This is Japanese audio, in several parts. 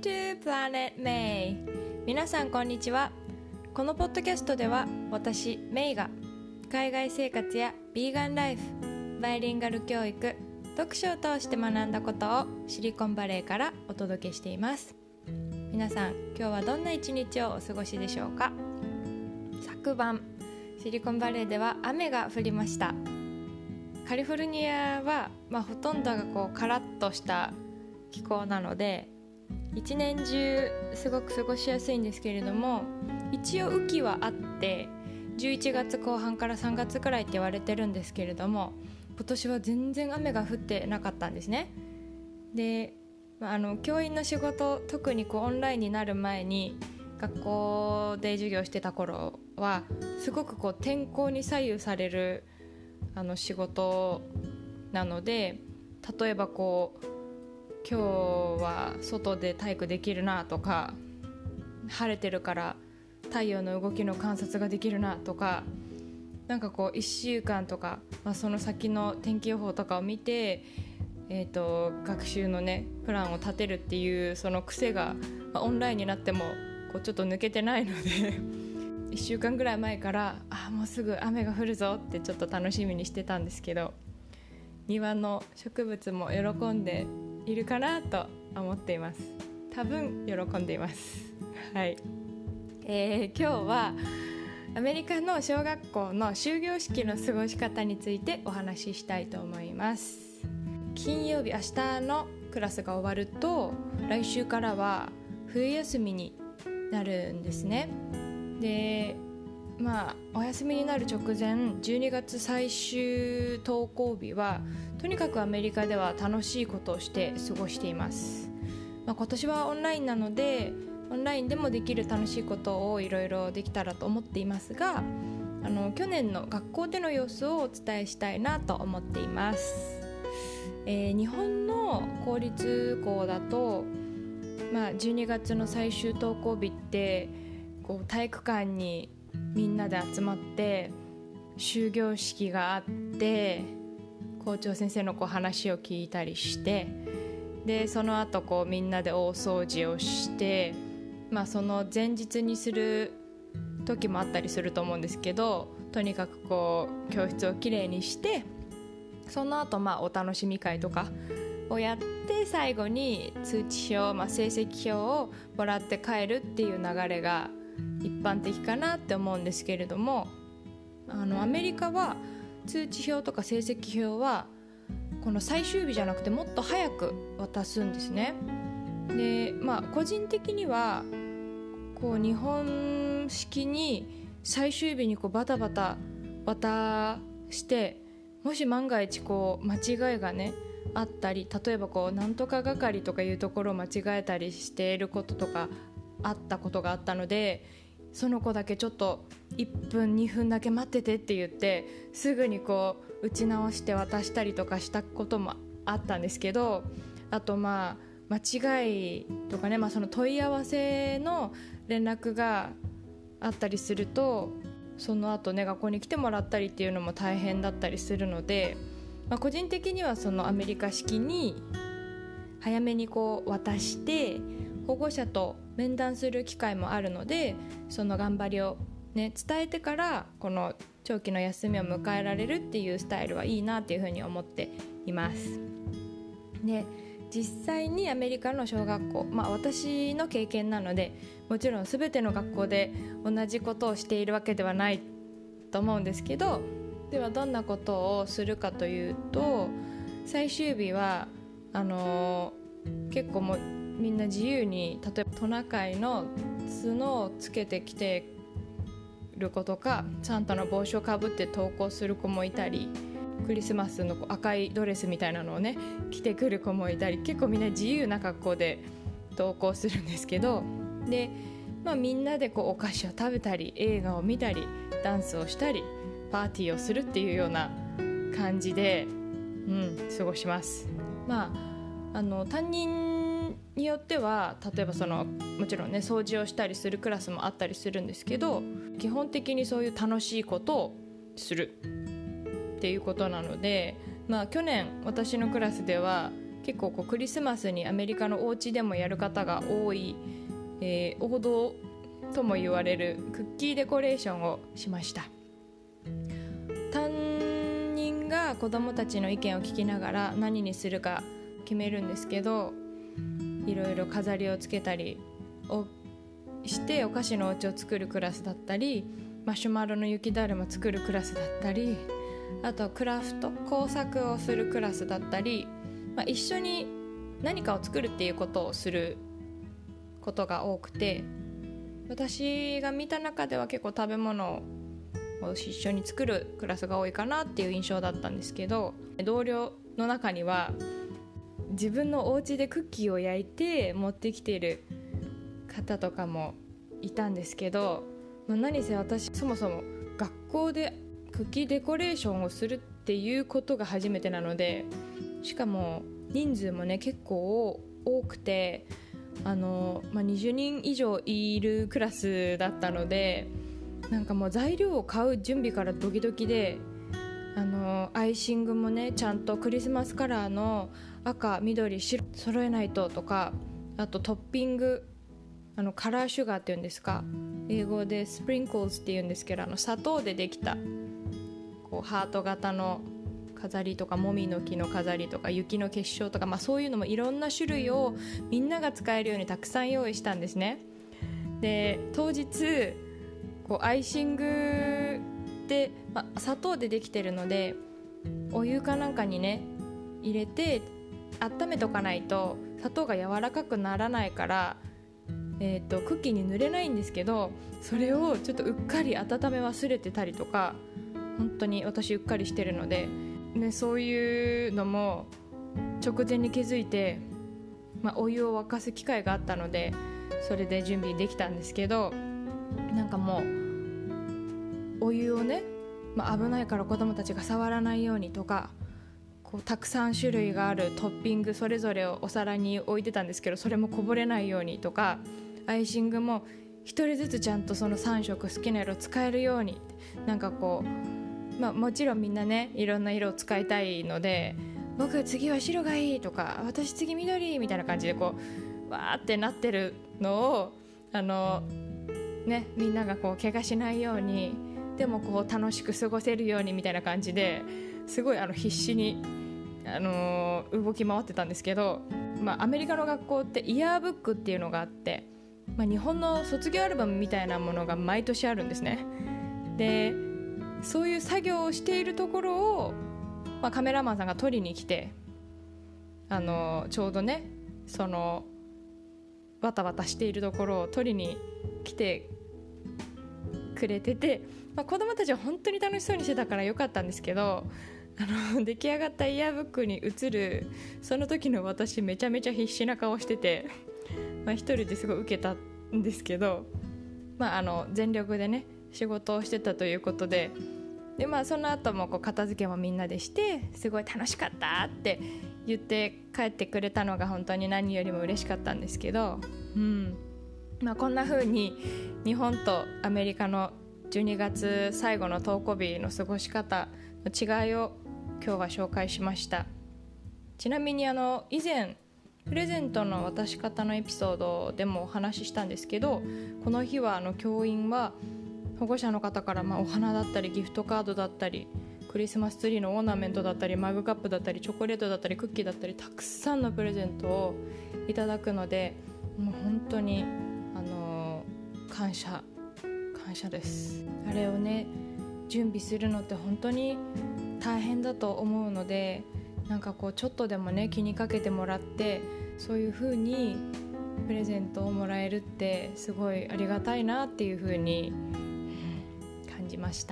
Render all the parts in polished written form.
to Planet May。 皆さんこんにちは。このポッドキャストでは私メイが海外生活やビーガンライフ、バイリンガル教育、読書を通して学んだことをシリコンバレーからお届けしています。皆さん今日はどんな一日をお過ごしでしょうか。昨晩シリコンバレーでは雨が降りました。カリフォルニアは、ほとんどがカラッとした気候なので一年中すごく過ごしやすいんですけれども、一応雨季はあって11月後半から3月くらいって言われてるんですけれども、今年は全然雨が降ってなかったんですね。で、教員の仕事、特にオンラインになる前に学校で授業してた頃はすごく天候に左右される仕事なので、例えば今日は外で体育できるなとか、晴れてるから太陽の動きの観察ができるなとか、1週間とか、その先の天気予報とかを見て、学習のプランを立てるっていうその癖が、オンラインになってもちょっと抜けてないので1週間ぐらい前からもうすぐ雨が降るぞってちょっと楽しみにしてたんですけど、庭の植物も喜んでいるかなと思っています。多分喜んでいますはい、今日はアメリカの小学校の終業式の過ごし方についてお話ししたいと思います。金曜日、明日のクラスが終わると来週からは冬休みになるんですね。で、お休みになる直前、12月最終登校日はとにかくアメリカでは楽しいことをして過ごしています。今年はオンラインなのでオンラインでもできる楽しいことをいろいろできたらと思っていますが、去年の学校での様子をお伝えしたいなと思っています。日本の公立校だと、12月の最終登校日って体育館にみんなで集まって終業式があって、校長先生の話を聞いたりして、でその後みんなで大掃除をして、その前日にする時もあったりすると思うんですけど、とにかく教室をきれいにして、その後お楽しみ会とかをやって、最後に通知表、成績表をもらって帰るっていう流れが一般的かなって思うんですけれども、アメリカは通知表とか成績表はこの最終日じゃなくてもっと早く渡すんですね。で、個人的には日本式に最終日にバタバタ渡して、もし万が一間違いがあったり、例えばなんとか係とかいうところを間違えたりしていることとかあったことがあったので、その子だけちょっと1分2分だけ待っててって言ってすぐに打ち直して渡したりとかしたこともあったんですけど、あと間違いとかその問い合わせの連絡があったりすると、その後学校に来てもらったりっていうのも大変だったりするので、個人的にはそのアメリカ式に早めに渡して、保護者と面談する機会もあるので、その頑張りを伝えてからこの長期の休みを迎えられるっていうスタイルはいいなっていうふうに思っています。で、実際にアメリカの小学校、私の経験なのでもちろん全ての学校で同じことをしているわけではないと思うんですけど、ではどんなことをするかというと、最終日は結構もうみんな自由に、例えばトナカイの角をつけてきてる子とか、サンタの帽子をかぶって登校する子もいたり、クリスマスの赤いドレスみたいなのを着てくる子もいたり、結構みんな自由な格好で登校するんですけど、で、みんなでお菓子を食べたり映画を見たりダンスをしたりパーティーをするっていうような感じで、過ごします。担任によっては例えばもちろん掃除をしたりするクラスもあったりするんですけど、基本的にそういう楽しいことをするっていうことなので、去年私のクラスでは結構クリスマスにアメリカのお家でもやる方が多い、王道とも言われるクッキーデコレーションをしました。担任が子どもたちの意見を聞きながら何にするか決めるんですけど、いろいろ飾りをつけたりをしてお菓子のお家を作るクラスだったり、マシュマロの雪だるま作るクラスだったり、あとクラフト工作をするクラスだったり、一緒に何かを作るっていうことをすることが多くて、私が見た中では結構食べ物を一緒に作るクラスが多いかなっていう印象だったんですけど、同僚の中には自分のお家でクッキーを焼いて持ってきている方とかもいたんですけど、何せ私そもそも学校でクッキーデコレーションをするっていうことが初めてなので、しかも人数もね結構多くて、20人以上いるクラスだったので、なんかもう材料を買う準備からドキドキで、アイシングもねちゃんとクリスマスカラーの赤緑白揃えないととか、あとトッピングカラーシュガーっていうんですか、英語でスプリンクルズっていうんですけど、砂糖でできたハート型の飾りとか、もみの木の飾りとか、雪の結晶とか、そういうのもいろんな種類をみんなが使えるようにたくさん用意したんですね。で当日アイシングって、砂糖でできてるのでお湯かなんかにね入れて温めとかないと砂糖が柔らかくならないから、クッキーに塗れないんですけど、それをちょっとうっかり温め忘れてたりとか、本当に私うっかりしてるので、そういうのも直前に気づいて、お湯を沸かす機会があったのでそれで準備できたんですけど、なんかもうお湯をね、危ないから子どもたちが触らないようにとか、たくさん種類があるトッピングそれぞれをお皿に置いてたんですけど、それもこぼれないようにとか、アイシングも一人ずつちゃんとその3色好きな色使えるように、なんかもちろんみんなねいろんな色を使いたいので、僕次は白がいいとか、私次緑みたいな感じでわーってなってるのをみんなが怪我しないように、でも楽しく過ごせるようにみたいな感じですごい必死に動き回ってたんですけど、アメリカの学校ってイヤーブックっていうのがあって、日本の卒業アルバムみたいなものが毎年あるんですね。でそういう作業をしているところを、カメラマンさんが撮りに来て、ちょうどねそのバタバタしているところを撮りに来てくれてて、子供たちは本当に楽しそうにしてたからよかったんですけど、出来上がったイヤーブックに映るその時の私めちゃめちゃ必死な顔してて、一人ですごい受けたんですけど、全力でね仕事をしてたということで、その後も片付けもみんなでしてすごい楽しかったって言って帰ってくれたのが本当に何よりも嬉しかったんですけど、こんな風に日本とアメリカの12月最後の登校日の過ごし方の違いを今日は紹介しました。ちなみに以前プレゼントの渡し方のエピソードでもお話ししたんですけど、この日は教員は保護者の方からお花だったりギフトカードだったりクリスマスツリーのオーナメントだったりマグカップだったりチョコレートだったりクッキーだったりたくさんのプレゼントをいただくので、もう本当に感謝です。あれをね準備するのって本当に大変だと思うので、なんかちょっとでもね気にかけてもらって、そういう風にプレゼントをもらえるってすごいありがたいなっていう風に感じました。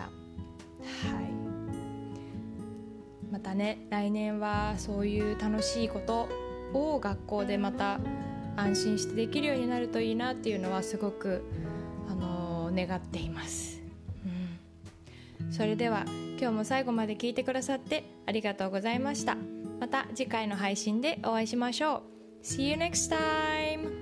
またね来年はそういう楽しいことを学校でまた安心してできるようになるといいなっていうのはすごく願っています。それでは今日も最後まで聞いてくださってありがとうございました。また次回の配信でお会いしましょう。See you next time!